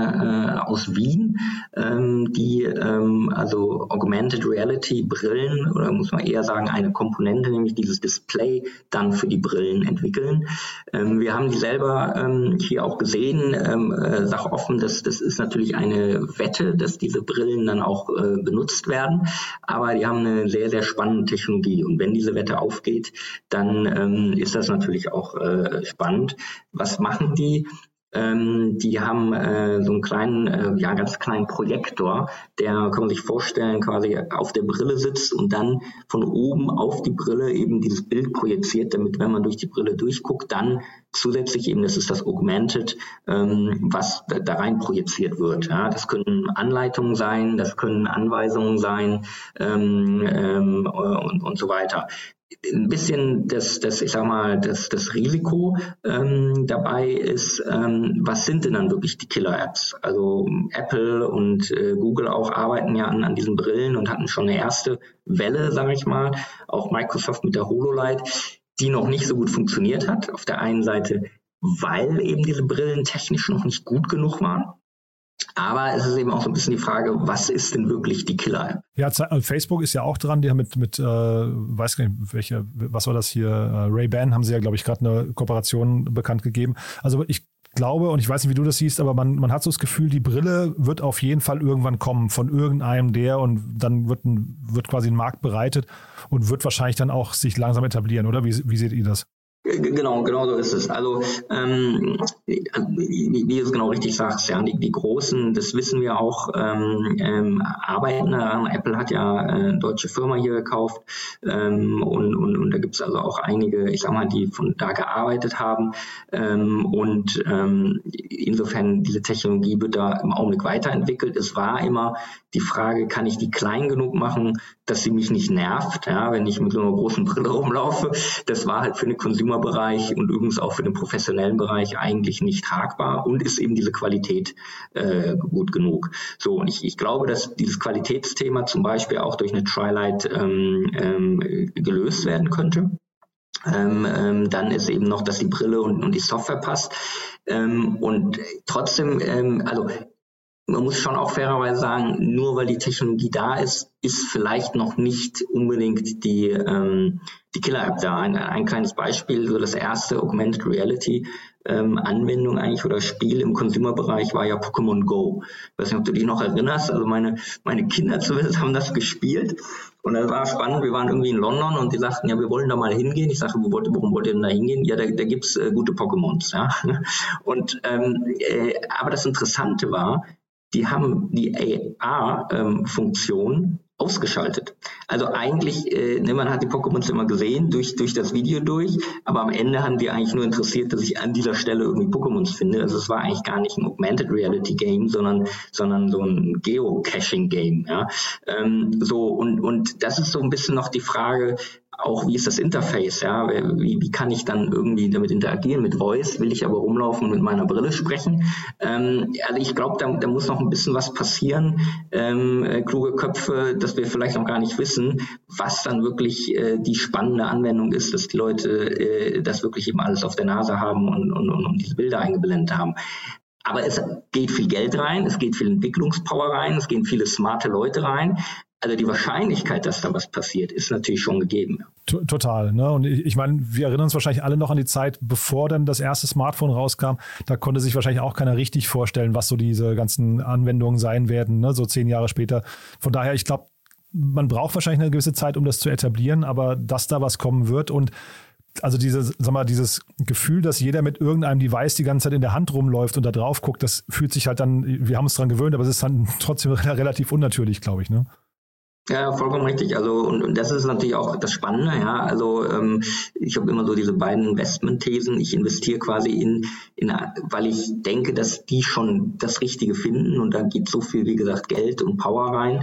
aus Wien, die also Augmented Reality Brillen oder muss man eher sagen eine Komponente, nämlich dieses Display dann für die Brillen entwickeln. Wir haben die selber hier auch gesehen. Sag offen, das ist natürlich eine Wette, dass diese Brillen dann auch benutzt werden, aber die haben eine sehr, sehr spannende Technologie und wenn diese Wette aufgeht, dann ist das natürlich auch spannend. Was machen die? Die haben so einen kleinen, ganz kleinen Projektor, der, kann man sich vorstellen, quasi auf der Brille sitzt und dann von oben auf die Brille eben dieses Bild projiziert, damit, wenn man durch die Brille durchguckt, dann zusätzlich eben, das ist das Augmented, was da rein projiziert wird. Ja, das können Anleitungen sein, das können Anweisungen sein und so weiter. Ein bisschen das Risiko dabei ist, was sind denn dann wirklich die Killer-Apps? Also Apple und Google auch arbeiten ja an diesen Brillen und hatten schon eine erste Welle, sage ich mal, auch Microsoft mit der HoloLight, die noch nicht so gut funktioniert hat. Auf der einen Seite, weil eben diese Brillen technisch noch nicht gut genug waren. Aber es ist eben auch so ein bisschen die Frage, was ist denn wirklich die Killer-App? Ja, Facebook ist ja auch dran, die haben mit weiß gar nicht, was war das hier, Ray-Ban haben sie ja, glaube ich, gerade eine Kooperation bekannt gegeben. Also ich glaube, und ich weiß nicht, wie du das siehst, aber man hat so das Gefühl, die Brille wird auf jeden Fall irgendwann kommen von irgendeinem und dann wird quasi ein Markt bereitet und wird wahrscheinlich dann auch sich langsam etablieren, oder? Wie seht ihr das? Genau so ist es. Also wie du es genau richtig sagst, ja, die Großen, das wissen wir auch, arbeiten daran. Apple hat ja eine deutsche Firma hier gekauft und da gibt es also auch einige, ich sag mal, die von da gearbeitet haben insofern diese Technologie wird da im Augenblick weiterentwickelt. Es war immer die Frage, kann ich die klein genug machen, dass sie mich nicht nervt, ja, wenn ich mit so einer großen Brille rumlaufe. Das war halt für den Consumer-Bereich und übrigens auch für den professionellen Bereich eigentlich nicht tragbar und ist eben diese Qualität gut genug. So, und ich glaube, dass dieses Qualitätsthema zum Beispiel auch durch eine Trilight gelöst werden könnte. Dann ist eben noch, dass die Brille und die Software passt. Und trotzdem, also man muss schon auch fairerweise sagen, nur weil die Technologie da ist, ist vielleicht noch nicht unbedingt die Killer-App da. Ein kleines Beispiel, so das erste Augmented Reality Anwendung eigentlich oder Spiel im Consumer-Bereich war ja Pokémon Go. Ich weiß nicht, ob du dich noch erinnerst, also meine Kinder zumindest haben das gespielt und das war spannend, wir waren irgendwie in London und die sagten, ja, wir wollen da mal hingehen. Ich sage, warum wollt ihr denn da hingehen? Ja, da gibt's gute Pokémons, ja. Und aber das Interessante war, die haben die AR-Funktion ausgeschaltet. Also eigentlich, man hat die Pokémons immer gesehen, durch das Video durch, aber am Ende haben die eigentlich nur interessiert, dass ich an dieser Stelle irgendwie Pokémons finde. Also es war eigentlich gar nicht ein Augmented Reality Game, sondern so ein Geocaching Game. Ja? Und das ist so ein bisschen noch die Frage, auch wie ist das Interface, ja, wie kann ich dann irgendwie damit interagieren mit Voice, will ich aber rumlaufen und mit meiner Brille sprechen, also ich glaube, da muss noch ein bisschen was passieren, kluge Köpfe, dass wir vielleicht noch gar nicht wissen, was dann wirklich die spannende Anwendung ist, dass die Leute das wirklich eben alles auf der Nase haben und diese Bilder eingeblendet haben. Aber es geht viel Geld rein, es geht viel Entwicklungspower rein, es gehen viele smarte Leute rein. Also die Wahrscheinlichkeit, dass da was passiert, ist natürlich schon gegeben. Total. Ne? Und ich meine, wir erinnern uns wahrscheinlich alle noch an die Zeit, bevor dann das erste Smartphone rauskam. Da konnte sich wahrscheinlich auch keiner richtig vorstellen, was so diese ganzen Anwendungen sein werden, ne? So 10 Jahre später. Von daher, ich glaube, man braucht wahrscheinlich eine gewisse Zeit, um das zu etablieren, aber dass da was kommen wird und also dieses Gefühl, dass jeder mit irgendeinem Device die ganze Zeit in der Hand rumläuft und da drauf guckt, das fühlt sich halt dann, wir haben uns dran gewöhnt, aber es ist dann trotzdem relativ unnatürlich, glaube ich, ne? Ja, vollkommen richtig. Also und das ist natürlich auch das Spannende. Ja, also ich habe immer so diese beiden Investmentthesen. Ich investiere quasi in weil ich denke, dass die schon das Richtige finden und da geht so viel, wie gesagt, Geld und Power rein.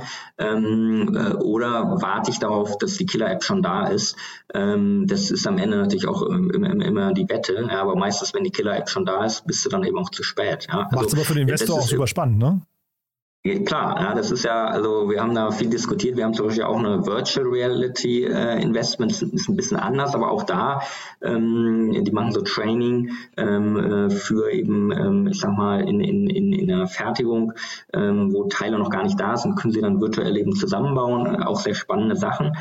Oder warte ich darauf, dass die Killer-App schon da ist. Das ist am Ende natürlich auch immer die Wette. Ja, aber meistens, wenn die Killer-App schon da ist, bist du dann eben auch zu spät. Ja, also, macht's aber für den Investor auch super spannend, ne? Ja, klar, ja, das ist ja, also wir haben da viel diskutiert, wir haben zum Beispiel auch eine Virtual Reality Investment, ist ein bisschen anders, aber auch da, die machen so Training für eben, ich sag mal, in der Fertigung, wo Teile noch gar nicht da sind, können sie dann virtuell eben zusammenbauen, auch sehr spannende Sachen.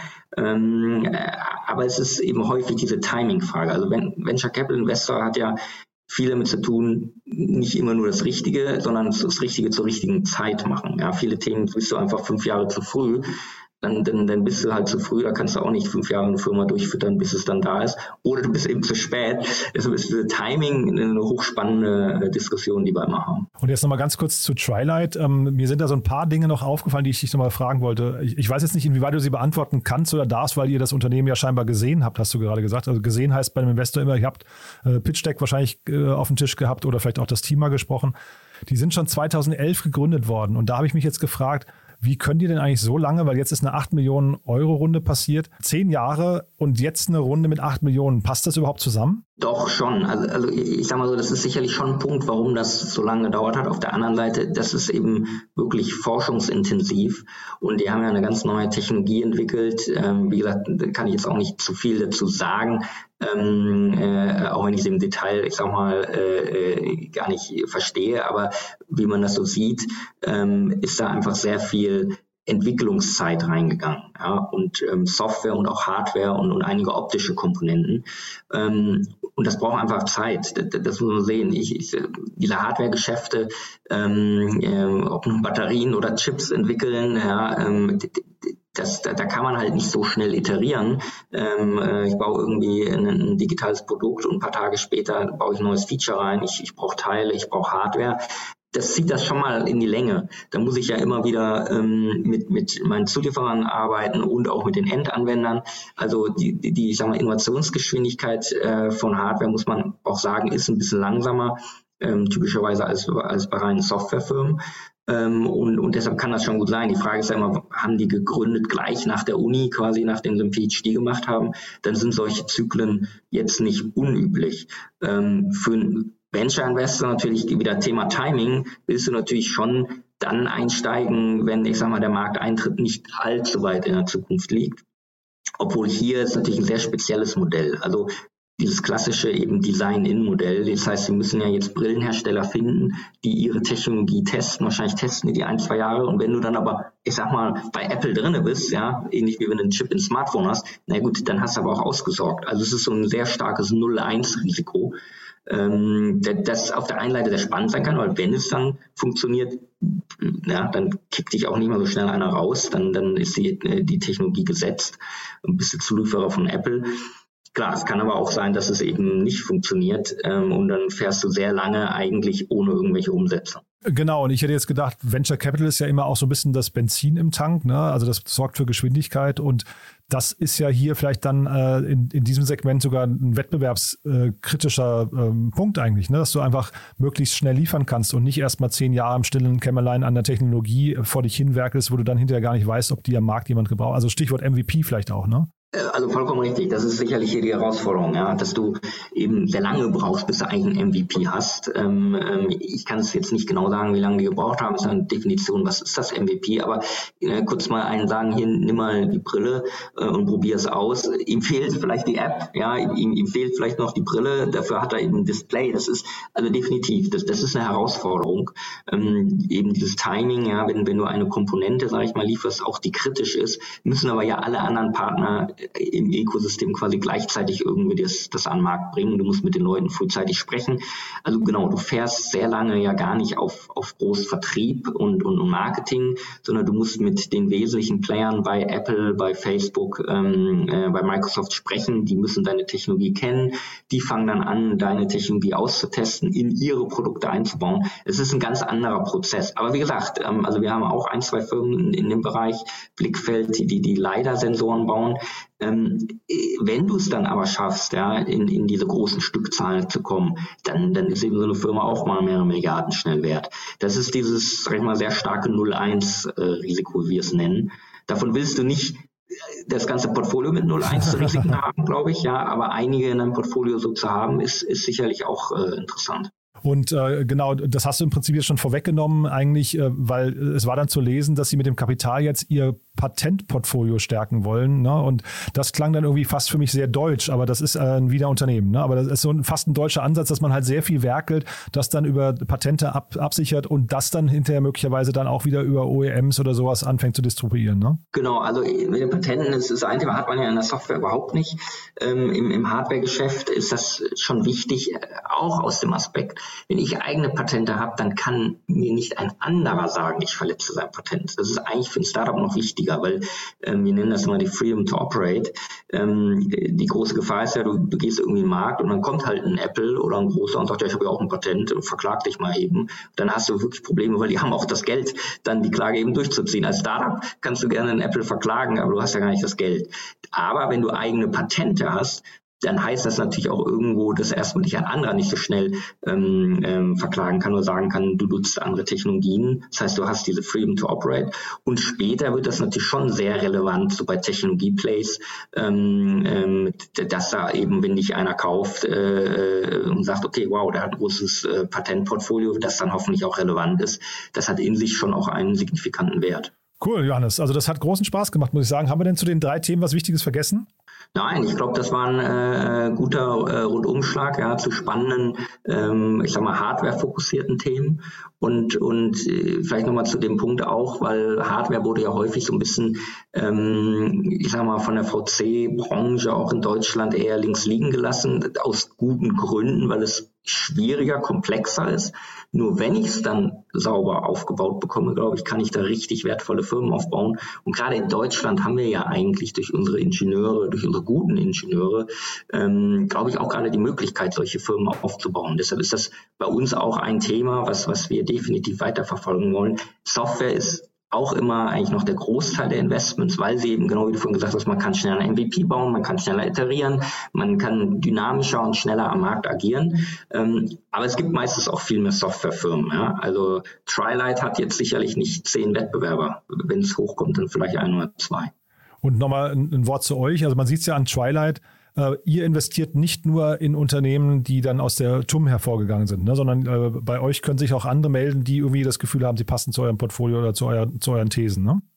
Aber es ist eben häufig diese Timing-Frage, also Venture Capital Investor hat ja viel damit zu tun, nicht immer nur das Richtige, sondern das Richtige zur richtigen Zeit machen. Ja, viele Themen bist du einfach 5 Jahre zu früh, dann bist du halt zu früh, da kannst du auch nicht 5 Jahre eine Firma durchfüttern, bis es dann da ist. Oder du bist eben zu spät. Deshalb ist diese Timing eine hochspannende Diskussion, die wir immer haben. Und jetzt nochmal ganz kurz zu Trilight. Mir sind da so ein paar Dinge noch aufgefallen, die ich dich nochmal fragen wollte. Ich weiß jetzt nicht, inwieweit du sie beantworten kannst oder darfst, weil ihr das Unternehmen ja scheinbar gesehen habt, hast du gerade gesagt. Also gesehen heißt bei einem Investor immer, ihr habt Pitch Deck wahrscheinlich auf dem Tisch gehabt oder vielleicht auch das Team mal gesprochen. Die sind schon 2011 gegründet worden. Und da habe ich mich jetzt gefragt, wie können die denn eigentlich so lange, weil jetzt ist eine 8 Millionen Euro Runde passiert, 10 Jahre und jetzt eine Runde mit 8 Millionen. Passt das überhaupt zusammen? Doch schon. Also ich sag mal so, das ist sicherlich schon ein Punkt, warum das so lange gedauert hat. Auf der anderen Seite, das ist eben wirklich forschungsintensiv und die haben ja eine ganz neue Technologie entwickelt. Wie gesagt, da kann ich jetzt auch nicht zu viel dazu sagen. Auch wenn ich es im Detail, ich sag mal, gar nicht verstehe, aber wie man das so sieht, ist da einfach sehr viel Entwicklungszeit reingegangen, ja, und Software und auch Hardware und einige optische Komponenten. Und das braucht einfach Zeit. Das muss man sehen. Diese Hardware-Geschäfte, ob nun Batterien oder Chips entwickeln, ja, da kann man halt nicht so schnell iterieren. Ich baue irgendwie ein digitales Produkt und ein paar Tage später baue ich ein neues Feature rein. Ich brauche Teile, ich brauche Hardware. Das zieht das schon mal in die Länge. Da muss ich ja immer wieder mit meinen Zulieferern arbeiten und auch mit den Endanwendern. Also die ich sag mal, Innovationsgeschwindigkeit von Hardware, muss man auch sagen, ist ein bisschen langsamer, typischerweise als bei reinen Softwarefirmen. Und deshalb kann das schon gut sein. Die Frage ist ja immer, haben die gegründet gleich nach der Uni, quasi nachdem sie einen PhD gemacht haben? Dann sind solche Zyklen jetzt nicht unüblich. Für einen Venture Investor natürlich wieder Thema Timing, willst du natürlich schon dann einsteigen, wenn, ich sag mal, der Markteintritt nicht allzu weit in der Zukunft liegt. Obwohl hier ist natürlich ein sehr spezielles Modell. Also dieses klassische eben Design-In-Modell. Das heißt, sie müssen ja jetzt Brillenhersteller finden, die ihre Technologie testen. Wahrscheinlich testen die 1-2 Jahre. Und wenn du dann aber, ich sag mal, bei Apple drinne bist, ja, ähnlich wie wenn du einen Chip ins Smartphone hast, na gut, dann hast du aber auch ausgesorgt. Also es ist so ein sehr starkes 0-1-Risiko. Das auf der einen Seite sehr spannend sein kann, weil wenn es dann funktioniert, ja, dann kickt dich auch nicht mehr so schnell einer raus. Dann ist die Technologie gesetzt und bist du Zulieferer von Apple. Klar, es kann aber auch sein, dass es eben nicht funktioniert und dann fährst du sehr lange eigentlich ohne irgendwelche Umsätze. Genau, und ich hätte jetzt gedacht, Venture Capital ist ja immer auch so ein bisschen das Benzin im Tank, ne? Also das sorgt für Geschwindigkeit und das ist ja hier vielleicht dann in diesem Segment sogar ein wettbewerbskritischer Punkt eigentlich, ne? Dass du einfach möglichst schnell liefern kannst und nicht erst mal 10 Jahre im stillen Kämmerlein an der Technologie vor dich hinwerkelst, wo du dann hinterher gar nicht weißt, ob die am Markt jemand gebraucht. Also Stichwort MVP vielleicht auch, ne? Also vollkommen richtig. Das ist sicherlich hier die Herausforderung, ja, dass du eben sehr lange brauchst, bis du eigentlich einen MVP hast. Ich kann es jetzt nicht genau sagen, wie lange die gebraucht haben. Das ist eine Definition, was ist das MVP? Aber kurz mal einen sagen, hier, nimm mal die Brille und probier es aus. Ihm fehlt vielleicht die App, ja, ihm fehlt vielleicht noch die Brille. Dafür hat er eben ein Display. Das ist also definitiv, das ist eine Herausforderung. Eben dieses Timing, ja, wenn du eine Komponente, sage ich mal, lieferst, auch die kritisch ist, müssen aber ja alle anderen Partner im Ökosystem quasi gleichzeitig irgendwie das an den Markt bringen. Du musst mit den Leuten frühzeitig sprechen. Also genau, du fährst sehr lange ja gar nicht auf groß Vertrieb und Marketing, sondern du musst mit den wesentlichen Playern bei Apple, bei Facebook, bei Microsoft sprechen. Die müssen deine Technologie kennen. Die fangen dann an, deine Technologie auszutesten, in ihre Produkte einzubauen. Es ist ein ganz anderer Prozess. Aber wie gesagt, also wir haben auch 1-2 Firmen in dem Bereich, Blickfeld, die LiDAR-Sensoren bauen. Wenn du es dann aber schaffst, ja, in diese großen Stückzahlen zu kommen, dann ist eben so eine Firma auch mal mehrere Milliarden schnell wert. Das ist dieses, sag ich mal, sehr starke 0-1-Risiko, wie wir es nennen. Davon willst du nicht das ganze Portfolio mit 0-1-Risiken haben, glaube ich, ja, aber einige in deinem Portfolio so zu haben, ist sicherlich auch interessant. Und genau, das hast du im Prinzip jetzt schon vorweggenommen eigentlich, weil es war dann zu lesen, dass sie mit dem Kapital jetzt ihr Patentportfolio stärken wollen, ne? Und das klang dann irgendwie fast für mich sehr deutsch, aber das ist ein Wiener Unternehmen, ne? Aber das ist so fast ein deutscher Ansatz, dass man halt sehr viel werkelt, das dann über Patente absichert und das dann hinterher möglicherweise dann auch wieder über OEMs oder sowas anfängt zu distribuieren, ne? Genau, also mit den Patenten ist ein Thema, hat man ja in der Software überhaupt nicht. Im Hardware-Geschäft ist das schon wichtig, auch aus dem Aspekt, wenn ich eigene Patente habe, dann kann mir nicht ein anderer sagen, ich verletze sein Patent. Das ist eigentlich für ein Startup noch wichtiger, weil wir nennen das immer die Freedom to Operate. Die große Gefahr ist ja, du gehst irgendwie in den Markt und dann kommt halt ein Apple oder ein großer und sagt, ja, ich habe ja auch ein Patent und verklag dich mal eben. Dann hast du wirklich Probleme, weil die haben auch das Geld, dann die Klage eben durchzuziehen. Als Startup kannst du gerne einen Apple verklagen, aber du hast ja gar nicht das Geld. Aber wenn du eigene Patente hast, dann heißt das natürlich auch irgendwo, dass erstmal dich ein anderer nicht so schnell verklagen kann oder sagen kann, du nutzt andere Technologien. Das heißt, du hast diese Freedom to Operate. Und später wird das natürlich schon sehr relevant, so bei Technologie-Plays, dass da eben, wenn dich einer kauft und sagt, okay, wow, der hat ein großes Patentportfolio, das dann hoffentlich auch relevant ist. Das hat in sich schon auch einen signifikanten Wert. Cool, Johannes. Also das hat großen Spaß gemacht, muss ich sagen. Haben wir denn zu den 3 Themen was Wichtiges vergessen? Nein, ich glaube, das war ein guter Rundumschlag, ja, zu spannenden, ich sag mal, Hardware-fokussierten Themen und vielleicht nochmal zu dem Punkt auch, weil Hardware wurde ja häufig so ein bisschen, ich sag mal, von der VC-Branche auch in Deutschland eher links liegen gelassen, aus guten Gründen, weil es schwieriger, komplexer ist. Nur wenn ich es dann sauber aufgebaut bekomme, glaube ich, kann ich da richtig wertvolle Firmen aufbauen. Und gerade in Deutschland haben wir ja eigentlich durch unsere Ingenieure, durch unsere guten Ingenieure, glaube ich, auch gerade die Möglichkeit, solche Firmen aufzubauen. Deshalb ist das bei uns auch ein Thema, was wir definitiv weiterverfolgen wollen. Software ist auch immer eigentlich noch der Großteil der Investments, weil sie eben, genau wie du vorhin gesagt hast, man kann schneller ein MVP bauen, man kann schneller iterieren, man kann dynamischer und schneller am Markt agieren. Aber es gibt meistens auch viel mehr Softwarefirmen. Ja? Also Trilight hat jetzt sicherlich nicht 10 Wettbewerber. Wenn es hochkommt, dann vielleicht 1 oder 2. Und nochmal ein Wort zu euch. Also man sieht es ja an Trilight. Ihr investiert nicht nur in Unternehmen, die dann aus der TUM hervorgegangen sind, ne, sondern bei euch können sich auch andere melden, die irgendwie das Gefühl haben, sie passen zu eurem Portfolio oder zu euren Thesen, ne?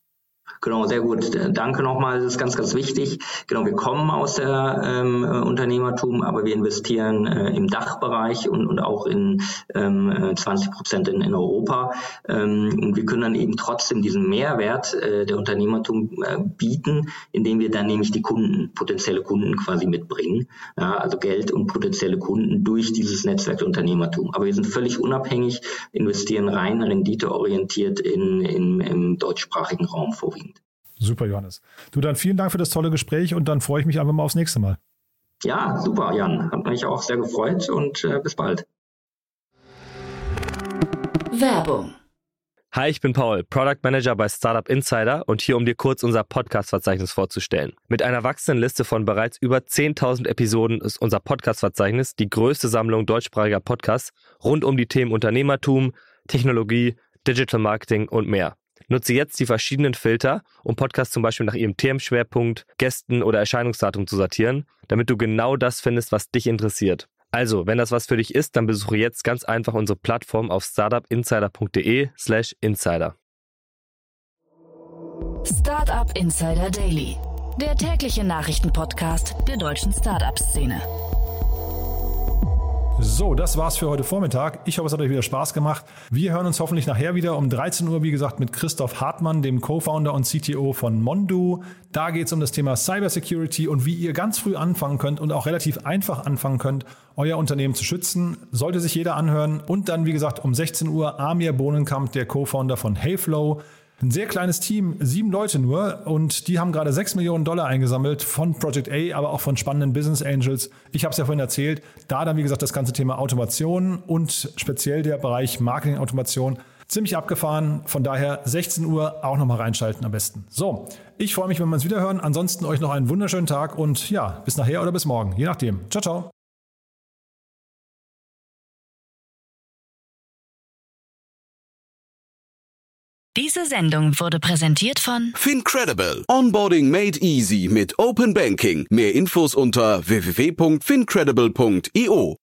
Genau, sehr gut. Danke nochmal, das ist ganz, ganz wichtig. Genau, wir kommen aus der Unternehmertum, aber wir investieren im Dachbereich und auch in 20% in Europa. Und wir können dann eben trotzdem diesen Mehrwert der Unternehmertum bieten, indem wir dann nämlich die potenzielle Kunden quasi mitbringen. Ja, also Geld und potenzielle Kunden durch dieses Netzwerk der Unternehmertum. Aber wir sind völlig unabhängig, investieren rein renditeorientiert im deutschsprachigen Raum vorwiegend. Super, Johannes. Du, dann vielen Dank für das tolle Gespräch und dann freue ich mich einfach mal aufs nächste Mal. Ja, super, Jan. Hat mich auch sehr gefreut und bis bald. Werbung. Hi, ich bin Paul, Product Manager bei Startup Insider und hier, um dir kurz unser Podcast-Verzeichnis vorzustellen. Mit einer wachsenden Liste von bereits über 10.000 Episoden ist unser Podcast-Verzeichnis die größte Sammlung deutschsprachiger Podcasts rund um die Themen Unternehmertum, Technologie, Digital Marketing und mehr. Nutze jetzt die verschiedenen Filter, um Podcasts zum Beispiel nach ihrem Themenschwerpunkt, Gästen oder Erscheinungsdatum zu sortieren, damit du genau das findest, was dich interessiert. Also, wenn das was für dich ist, dann besuche jetzt ganz einfach unsere Plattform auf startupinsider.de/insider. Startup Insider Daily, der tägliche Nachrichtenpodcast der deutschen Startup-Szene. So, das war's für heute Vormittag. Ich hoffe, es hat euch wieder Spaß gemacht. Wir hören uns hoffentlich nachher wieder um 13 Uhr, wie gesagt, mit Christoph Hartmann, dem Co-Founder und CTO von Mondu. Da geht es um das Thema Cybersecurity und wie ihr ganz früh anfangen könnt und auch relativ einfach anfangen könnt, euer Unternehmen zu schützen. Sollte sich jeder anhören. Und dann, wie gesagt, um 16 Uhr Amir Bohnenkamp, der Co-Founder von Heyflow. Ein sehr kleines Team, 7 Leute nur, und die haben gerade $6 Millionen eingesammelt von Project A, aber auch von spannenden Business Angels. Ich habe es ja vorhin erzählt, da dann wie gesagt das ganze Thema Automation und speziell der Bereich Marketing-Automation ziemlich abgefahren. Von daher 16 Uhr auch nochmal reinschalten am besten. So, ich freue mich, wenn wir uns wieder hören. Ansonsten euch noch einen wunderschönen Tag und ja, bis nachher oder bis morgen, je nachdem. Ciao, ciao. Diese Sendung wurde präsentiert von FinCredible. Onboarding made easy mit Open Banking. Mehr Infos unter www.fincredible.io.